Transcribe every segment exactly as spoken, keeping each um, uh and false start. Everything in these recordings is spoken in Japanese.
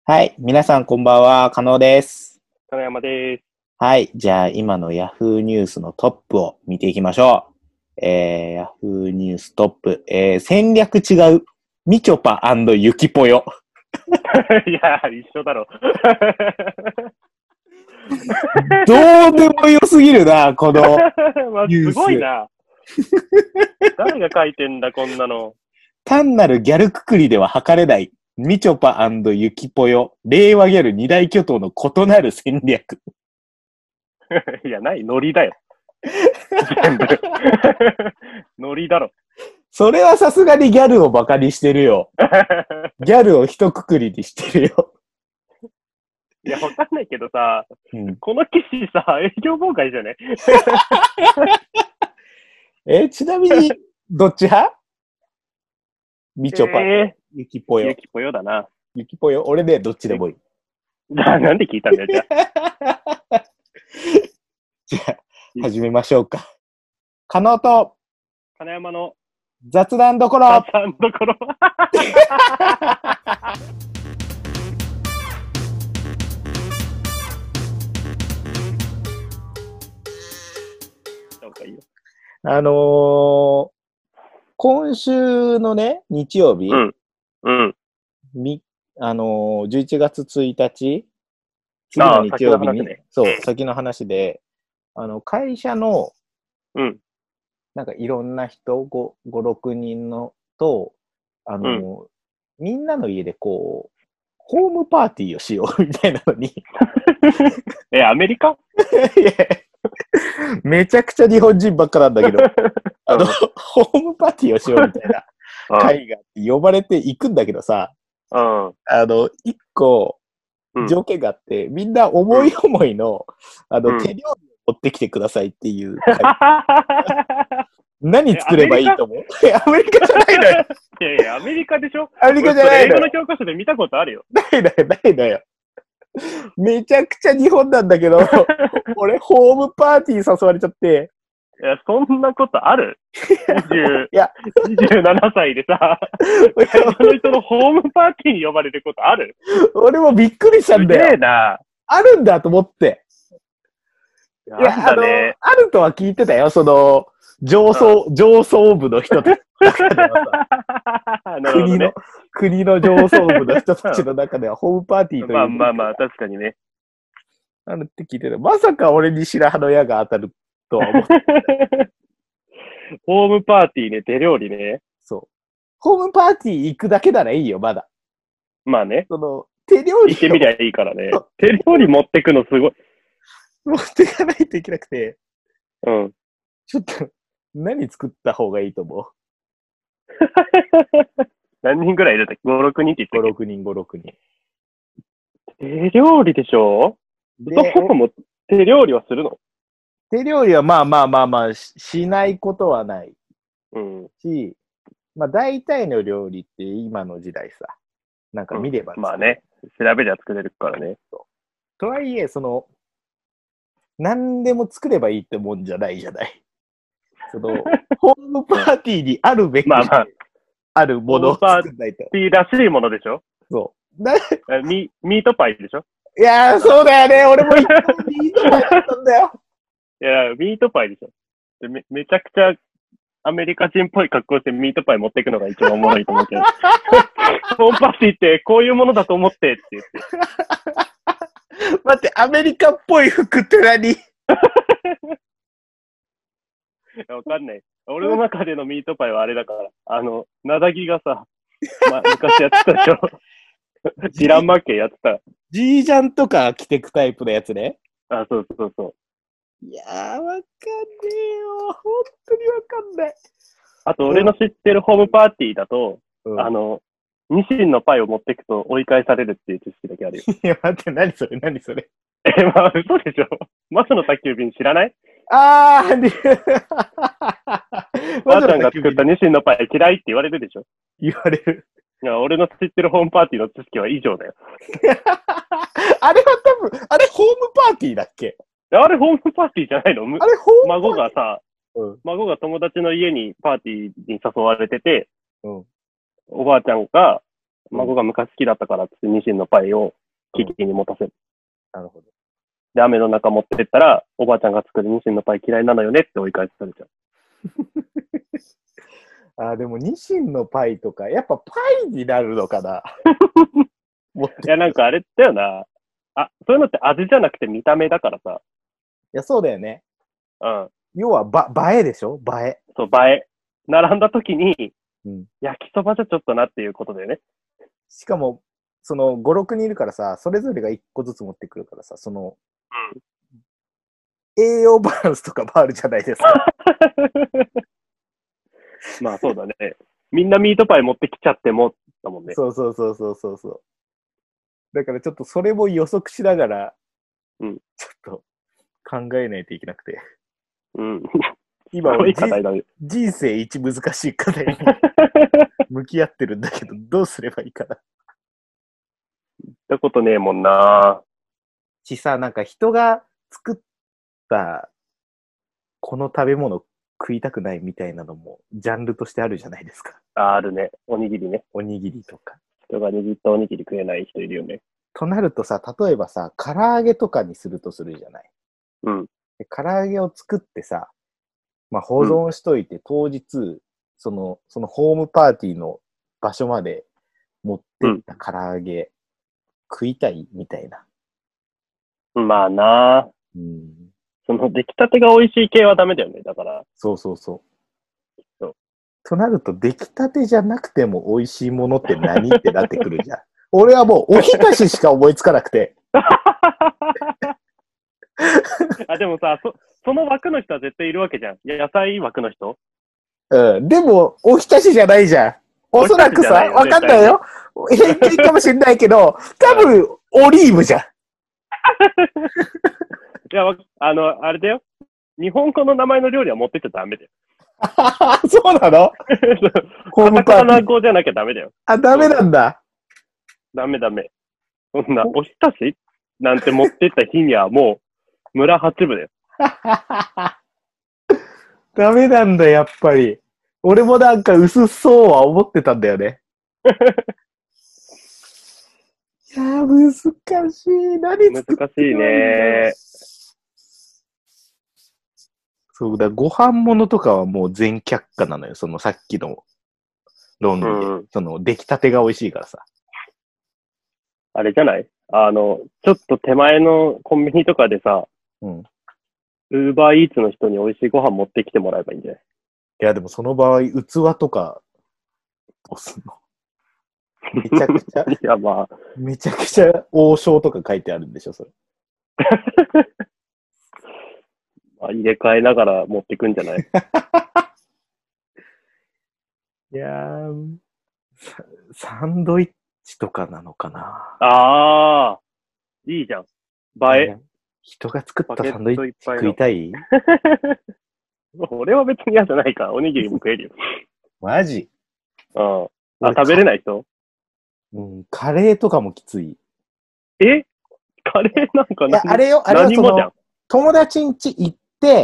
はい。皆さんこんばんは。加納です。 金山です。 はい。じゃあ、今のヤフーニュースのトップを見ていきましょう。えー、ヤフーニューストップ。えー、戦略違う。みちょぱゆきぽよ。 いや、一緒だろ。 どうでもよすぎるな、このまあ、すニュース。 ごいな。誰が書いてんだ、こんなの。 単なるギャルくくりでは測れない。みちょぱゆきぽよ。令和ギャル二大巨頭の異なる戦略。 いや、ない、ノリだよ。全部。ノリだろ。 それはさすがにギャルをバカにしてるよ。ギャルを一括りにしてるよ。 いや、わかんないけどさ、 うん、 この記事さ、営業妨害じゃね？ え、ちなみに、どっち派？みちょぱとえゆきぽー、ゆよ。 きぽよだな。 ゆきぽよ。俺ね、どっちでもいい。 ななんで聞いたんだよ、じゃあ。 じゃあ、始めましょうか。加納と金山の雑談どころ。 雑談どころ。なんかいいよ。 あのー、今週のね、日曜日、 うん。うん。 み、あのー、じゅういちがつついたち、次のああ、 日先の曜日に、 話ね。 そう、先の話で、あの、会社の、 うん。 なんかいろんな人、ご、ご、ろくにんのと、あのうん。 ー、みんなの家でこう、ホームパーティーをしようみたいなのにえ、アメリカ？ めちゃくちゃ日本人ばっかなんだけど、あの、 うん。 ホームパーティーをしようみたいな会が呼ばれて行くんだけどさ、 うん。 あの、一個うん。 条件があって、みんなうん。 思い思いの、あの、手うん。 料理を持ってきてくださいっていう会。何え、ア作れメリカ？ ばいいと思う？アメリカじゃないのよ。 いやいや、アメリカでしょ？ アメリカ俺、 じゃないのよ。 それ英語の教科書で見たことあるよ。 ないのよ、ないのよ。めちゃくちゃ日本なんだけど、俺、ホームパーティー誘われちゃって、 いや、そんなことある？ にじゅう、 いや、 にじゅうななさいでさ、会社の人のホームパーティーに呼ばれることある？ 俺もびっくりしたすげんだよ。 えな。 あるんだと思って。いなんや、あの、 だね。 あるとは聞いてたよ。その、上層、上層部の人たちの中ではさ、 うん。なるほど国の、 ね。 国の上層部の人たちの中では、ホームパーティーとまいうあまあまあ、 文化が確かにね。 あるって聞いてた。まさか俺に白羽の矢が当たるとは思って。 ホームパーティーね、手料理ね。 そう。ホームパーティー行くだけならいいよ、まだ。 まあね。 その、手料理行ってみりゃをいいからね。手料理持ってくのすごい。 持っていかないといけなくて、 うん。 ちょっと、何作った方がいいと思う？ 何人ぐらいいるんだっけ？ ご、ろくにんって言っご、 たっろくにん、ご、ろくにん。 け？手料理でしょ？そで、 もそも手料理はするの？ 手料理はまあまあまあまあし、しないことはないうん。 し、まあ大体の料理って今の時代さ、なんかうん。 見れば作れる。 まあね。調べりゃ作れるからね。 とはいえ、その、何でも作ればいいってもんじゃないじゃない。その、ホームパうん。 ーティーにあるべくしてまあまあ、 あるもホーのをムパー作んないと。 ティーらしいものでしょ？ そう。な、いえミ、ミートパイでしょ？ やー、そうだよね。俺も一個ミートパイだったんだよ。 いや、ミートパイでしょ？でめ、めちゃくちゃアメリカ人っぽい格好してミートパイ持っていくのが一番おもろいと思うけど。ホームパーティーってこういうものだと思ってって言って。 待って、アメリカっぽい服って何？ わかんない。俺の中でのミートパイはあれだから、あの、なだぎがさ、ま、昔やってたでしょ。ディランマッケンやってた。 ジージャンとか着てくタイプのやつね。 あ、そうそうそう。 いやー、わかんねえよ。本当にわかんない。 あと、俺の知ってるホームパーティーだと、 うん、 あの、ニシンのパイを持っていくと追い返されるっていう知識だけあるよ。 いや、待って、何それ、何それ。 え、まあ、嘘でしょ？マスの宅急便知らない？ あー、で、 ばあちゃんが作ったニシンのパイ嫌いって言われるでしょ？ 言われる。 いや、俺の知ってるホームパーティーの知識は以上だよ。 あれは多分、あれホームパーティーだっけ？ あれホームパーティーじゃないの？ あれホームパーティー？ 孫がさ、 うん、 孫が友達の家にパーティーに誘われてて、 うん、 おばあちゃんが、 孫が昔好きだったからってニシンのパイをキキに持たせる。 なるほど。 で、雨の中持ってったら、おばあちゃんが作るニシンのパイ嫌いなのよねって追い返されちゃう。 あ、でもニシンのパイとか、やっぱパイになるのかな。 いや、なんかあれだよな。あ、そういうのって味じゃなくて見た目だからさ。 いや、そうだよね。 うん。 要は、ば、映えでしょ映え。 そう、映え。並んだ時に、 うん。 焼きそばじゃちょっとなっていうことだよね。 しかも、その、ご、ろくにんいるからさ、それぞれがいっこずつ持ってくるからさ、その、 うん。 栄養バランスとかもあるじゃないですか。 まあそうだね。みんなミートパイ持ってきちゃっても、だもんね。 そうそうそうそうそうそう。だからちょっとそれも予測しながら、 うん。 ちょっと考えないといけなくて。 うん。 今すごい課題だね。 人生一難しい課題に向き合ってるんだけど、どうすればいいかな。 言ったことねえもんな。 しさ、なんか人が作ったこの食べ物食いたくないみたいなのもジャンルとしてあるじゃないですか。 あ、あるね。おにぎりね。 おにぎりとか。 人が握ったおにぎり食えない人いるよね。 となるとさ、例えばさ、唐揚げとかにするとするじゃない。 うん。 で唐揚げを作ってさ、まあ、保存しといて、当日、その、そのホームパーティーの場所まで持ってった唐揚げ、食いたいみたいな。 まあな。 うん。 その出来たてが美味しい系はダメだよね。だから。 そうそうそう。 そうとなると、出来たてじゃなくても美味しいものって何ってなってくるじゃん。俺はもう、おひたししか思いつかなくて。 あ、でもさ、そ、その枠の人は絶対いるわけじゃん。野菜枠の人。 うん。でも、おひたしじゃないじゃん。おそらくさ、わかんないよ。偏見かもしれないけど、多分、オリーブじゃん。 いや、あの、あれだよ。日本語の名前の料理は持ってっちゃダメだよ。 そうなのホームパーティー。 カタカナ語じゃなきゃダメだよ。 あ、ダメなんだ。 ダメダメ。そんな、おひたしなんて持ってった日にはもう、村八分だよ。 ダメなんだ、やっぱり。俺もなんか薄そうは思ってたんだよね。いやー、難しい。何作って難しいね。 そうだ、ご飯物とかはもう全却下なのよ。そのさっきの論理で。 うんうん、 その出来たてが美味しいからさ。 あれじゃないあの、ちょっと手前のコンビニとかでさ、 うん。 ウーバーイーツの人に美味しいご飯持ってきてもらえばいいんじゃないいや、でもその場合、器とか、どうすんのめちゃくちゃ、 いや、まあ。 めちゃくちゃ王将とか書いてあるんでしょ、それ。 まあ、入れ替えながら持ってくんじゃないいやーサ、サンドイッチとかなのかな。 ああ、いいじゃん。映え。 人が作ったサンドイッチ食いたい俺は別に嫌じゃないから、おにぎりも食えるよ。 マジうん。あ、食べれない人うん、カレーとかもきつい。 えカレーなんかいや、あれよ、あれよ、その、友達ん家行って、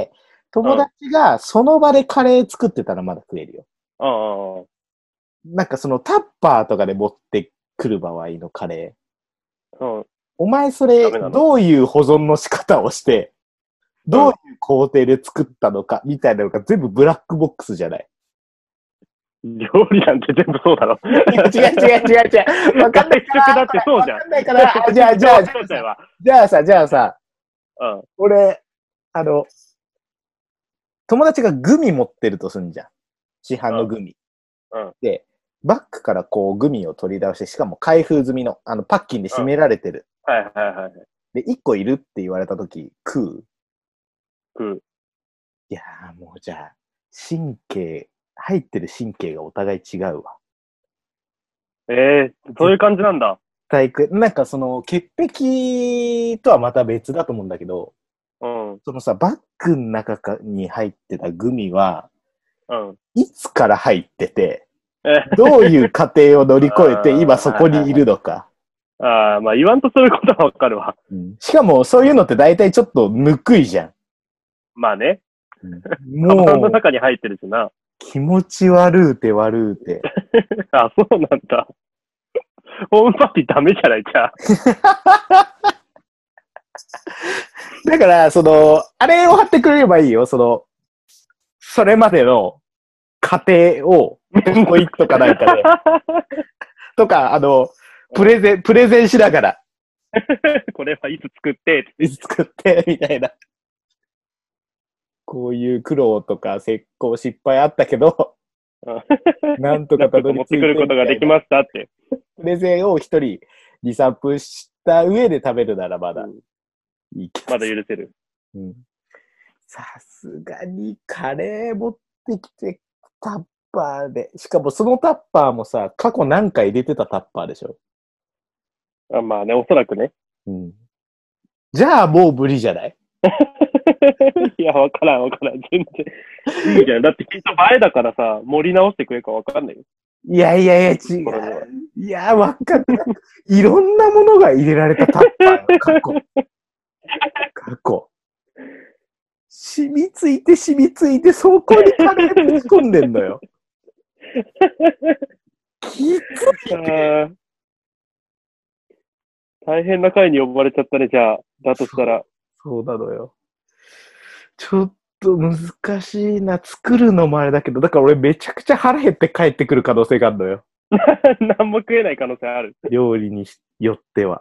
友達がその場でカレー作ってたらまだ食えるよ。 ああ。 なんかそのタッパーとかで持ってくる場合のカレー。うん。 お前それ、どういう保存の仕方をして、どういう工程で作ったのか、みたいなのが全部ブラックボックスじゃない。 料理なんて全部そうだろ。 違う違う違う違う。わかんないから。 だってそうじゃん。 わかんないから。じゃあ、じゃあ、じゃあさ、じゃあさ、 うん、 俺、あの、友達がグミ持ってるとすんじゃん。市販のグミ。 うんうん、 で、バッグからこうグミを取り出して、しかも開封済みの、あの、パッキンで締められてる。 うん、はいはいはい。 で、いっこいるって言われたとき、食う食う。 いやーもうじゃあ、神経、入ってる神経がお互い違うわ。 ええー、そういう感じなんだ。 体育、なんかその、潔癖とはまた別だと思うんだけど、 うん。 そのさ、バッグの中かに入ってたグミは、 うん。 いつから入ってて、どういう過程を乗り越えて今そこにいるのか。 ああ、まあ言わんとすることはわかるわ、 うん。しかもそういうのって大体ちょっとぬくいじゃん。 まあね。 うん、 もう。カバンの中に入ってるしな。 気持ち悪うて悪うて。 あ、そうなんだ。 ホームパーティーダメじゃないじゃあ。 だから、その、あれを貼ってくれればいいよ。その、それまでの過程を、ポイントとかなんかで。とか、あの、プレゼン、プレゼンしながら。 これはいつ作って、 いつ作って、みたいな。こういう苦労とか成功失敗あったけど、なんとかたどり着いて持ってくることができましたって。 プレゼンを一人に、さんぷんした上で食べるならまだいいけど、 まだ許せる。 うん。さすがにカレー持ってきてタッパーで、しかもそのタッパーもさ、過去何回入れてたタッパーでしょ。 あまあね、おそらくね。 うん。じゃあもう無理じゃない？ いや、わからんわからん。全然。いいじゃん。だってきっと映えだからさ、盛り直してくれるかわかんないよ。 いやいやいや、違う。いや、わかんない。いろんなものが入れられたタッパーよ、過去。過去。染みついて染みついて、そこにカレーぶち込んでんのよ。きついて。 大変な回に呼ばれちゃったね、じゃあ。だとしたら。 そうなのよ。ちょっと難しいな。作るのもあれだけど、だから俺めちゃくちゃ腹減って帰ってくる可能性があるのよ。 何も食えない可能性ある。 料理によっては。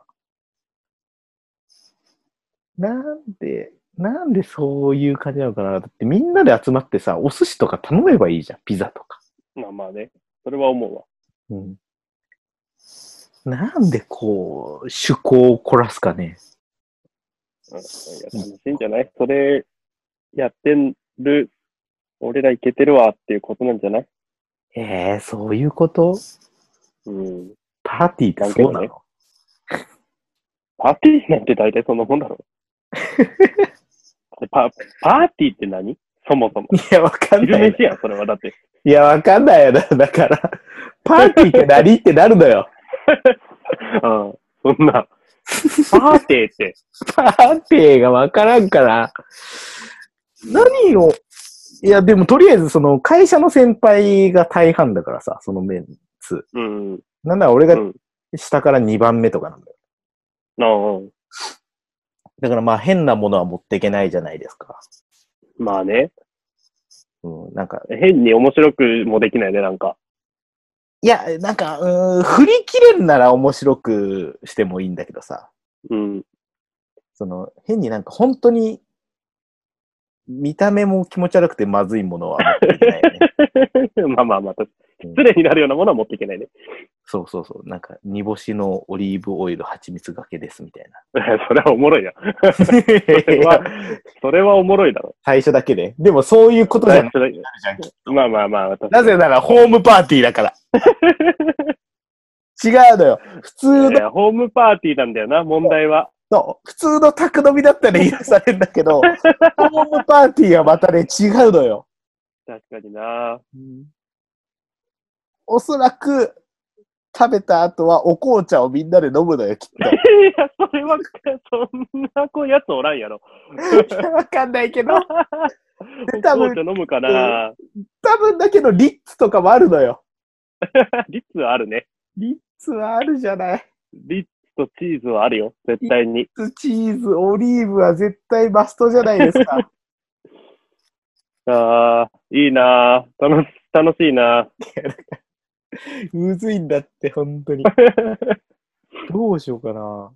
なんで、なんでそういう感じなのかな。だってみんなで集まってさ、お寿司とか頼めばいいじゃん。ピザとか。 まあまあね。それは思うわ。 うん。なんでこう、趣向を凝らすかね。 うん、いや楽しいんじゃない？それやってる、俺らいけてるわっていうことなんじゃない？ ええー、そういうこと？ うん。 パーティーってそうなの？ね、 パーティーなんて大体そんなもんだろ。パ, パーティーって何？そもそも。 いや、わかんない。 昼飯やん、それはだって。 いや、わかんないよな。だから、パーティーって何ってなるのよ。 うん、そんな。パーティーって。 パーティーがわからんから。何を、いや、でもとりあえずその会社の先輩が大半だからさ、そのメンツ。 うん。 なんなら俺が下からにばんめとかなんだよ。 うん。 だからまあ変なものは持っていけないじゃないですか。 まあね。 うん、なんか。 変に面白くもできないね、なんか。 いや、なんか、うん、振り切れるなら面白くしてもいいんだけどさ。 うん。その、変になんか本当に、見た目も気持ち悪くてまずいものは持っていけないよね。 まあまあまあ、失礼になるようなものは持っていけないね。 そうそうそう。なんか、煮干しのオリーブオイル蜂蜜がけですみたいな。 それはおもろいな。それは、それはおもろいだろ。 最初だけで。でもそういうことじゃないじゃん。 まあまあまあ。 なぜならホームパーティーだから。違うのよ。普通の。 ホームパーティーなんだよな、問題は。 そう。普通の宅飲みだったら許されるんだけど、ホームパーティーはまたね、違うのよ。 確かにな、 うん。おそらく、食べた後はお紅茶をみんなで飲むのよ、きっと。 いや、それは、そんなこういうやつおらんやろ。 わかんないけど。 多分、飲むかな。 多分だけど、リッツとかもあるのよ。 リッツはあるね。 リッツはあるじゃない。 リッツとチーズはあるよ、絶対に。 リッツ、チーズ、オリーブは絶対マストじゃないですか。 ああ、いいなぁ。楽し、楽しいなむずいんだって、本当に。どうしようかな。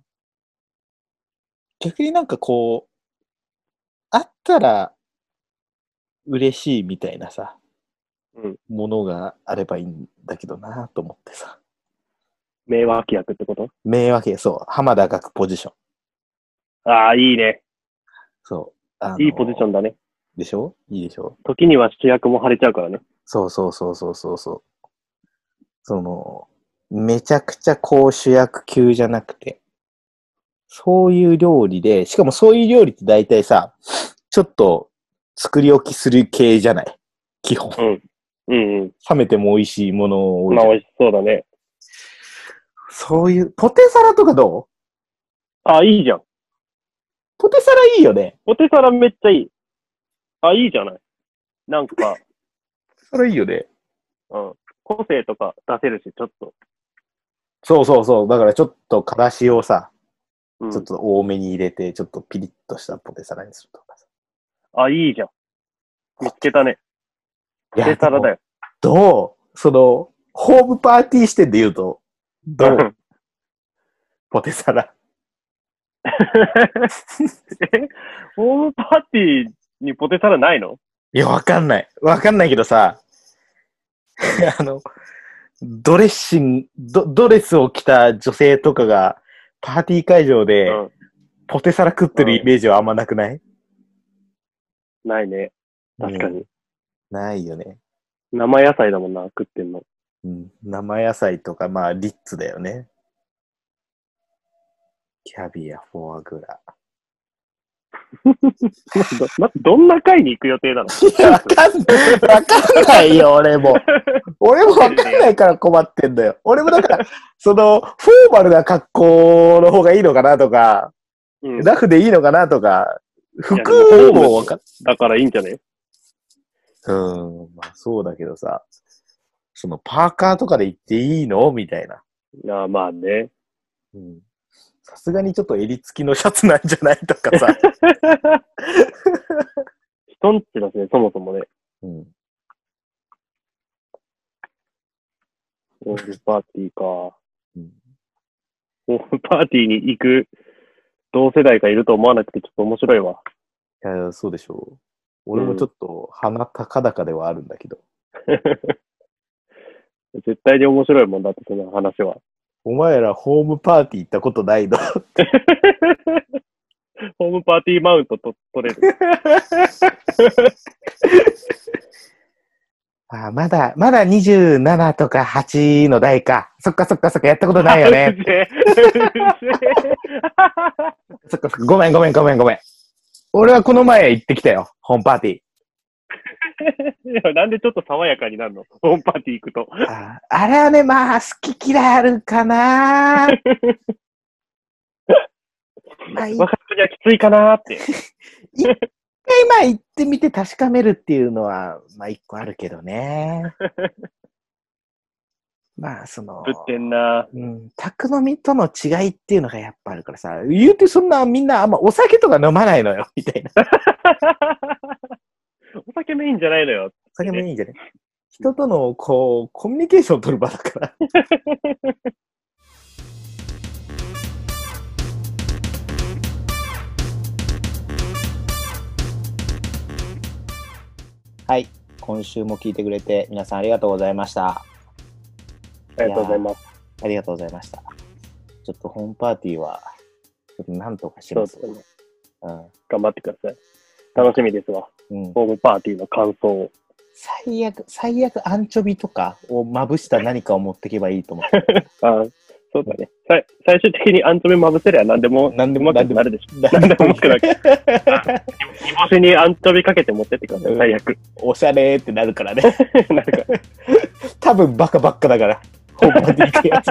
逆になんかこう、あったら嬉しいみたいなさ、 うん、 ものがあればいいんだけどなと思ってさ。 名脇役ってこと？ 名脇、そう、浜田学ポジション。 ああ、いいね。 そう。あのいいポジションだね。 でしょ？いいでしょ？ 時には主役も張れちゃうからね。 そうそうそうそうそうそう。その、めちゃくちゃこう主役級じゃなくて、そういう料理で、しかもそういう料理って大体さ、ちょっと作り置きする系じゃない？基本。 うん。うんうん。 冷めても美味しいものを。 まあ美味しそうだね。 そういう、ポテサラとかどう？ あ、いいじゃん。 ポテサラいいよね。 ポテサラめっちゃいい。あ、いいじゃない。なんか。 それいいよね。 うん。個性とか出せるし、ちょっと。 そうそうそう。だからちょっとからしをさ、 うん、 ちょっと多めに入れて、ちょっとピリッとしたポテサラにするとかさ。 あ、いいじゃん。見つけたね。ポいや、 テサラだよ。 どうその、ホームパーティー視点で言うと、どうポテサラ。 え、ホームパーティーにポテサラないの？ いや、わかんない。わかんないけどさ、あの、ドレッシング、ド、ドレスを着た女性とかが、パーティー会場うで、 ん。 ポテサラ食ってるイメージはあんまなくない？ ないね。確かうん、 に。 ないよね。 生野菜だもんな、食ってんの。 うん。生野菜とか、まあ、リッツだよね。キャビア、フォアグラ。 ど、ま、どんな会に行く予定なの？ いや、わかんない。わかんないよ、俺も。俺もわかんないから困ってんだよ。俺もだから、その、フォーマルな格好の方がいいのかなとか、 うん、 ラフでいいのかなとか、服もわかんだからいいんじゃね？ うん、まあそうだけどさ、そのパーカーとかで行っていいのみたいな。 ああ、まあね。 うん。さすがにちょっと襟付きのシャツなんじゃないとかさ。 人んちだしね、そもそもね。 うん。 ホームパーティーか。 うん、 ホームパーティーに行く同世代がいると思わなくてちょっと面白いわ。 いや、そうでしょう。俺もちょっと鼻高々ではあるんだけど。 絶対に面白いもんだって、その話は。 お前らホームパーティー行ったことないの？ ホームパーティーマウントと取れる。 あ、まだ、まだにじゅうななとかはちの代か。そっかそっかそっか、やったことないよね。そっかそっか、ごめんごめんごめんごめん。俺はこの前行ってきたよ、ホームパーティー。 いや、なんでちょっと爽やかになるの？ホームパーティー行くと。 あ, あれはね、まあ、好き嫌いあるかな。まあ、一若い人にはきついかなーって。 回まあ行ってみて確かめるっていうのは、まあ一個あるけどね。まあ、その、 ぶってんな。 うん、宅飲みとの違いっていうのがやっぱあるからさ、言うてそんなみんなあんまお酒とか飲まないのよ、みたいな。 お酒メインじゃないのよ。 お酒もいいんじゃね？人とのこう、コミュニケーションを取る場だから。はい。今週も聞いてくれて皆さんありがとうございました。 ありがとうございます。 ありがとうございました。ちょっとホームパーティーは、ちょっとなんとかします。 そうですね。 うん。 頑張ってください。楽しみですわ。 うん、 ホームパーティーの感想を。 最悪、最悪アンチョビとかをまぶした何かを持っていけばいいと思って。 ああ、そうだね。さ最終的にアンチョビまぶせりゃ何でも何でもうまくなるでしょ。何でもうまくなる。煮干しにアンチョビかけて持ってってください、最悪。 おしゃれーってなるからね。 なんか多分バカばっかだから。ホームパーティー行くやつ。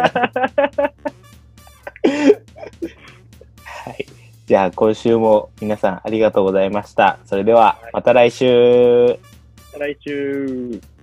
はい。じゃあ今週も皆さんありがとうございました。それではまた来週。 来週。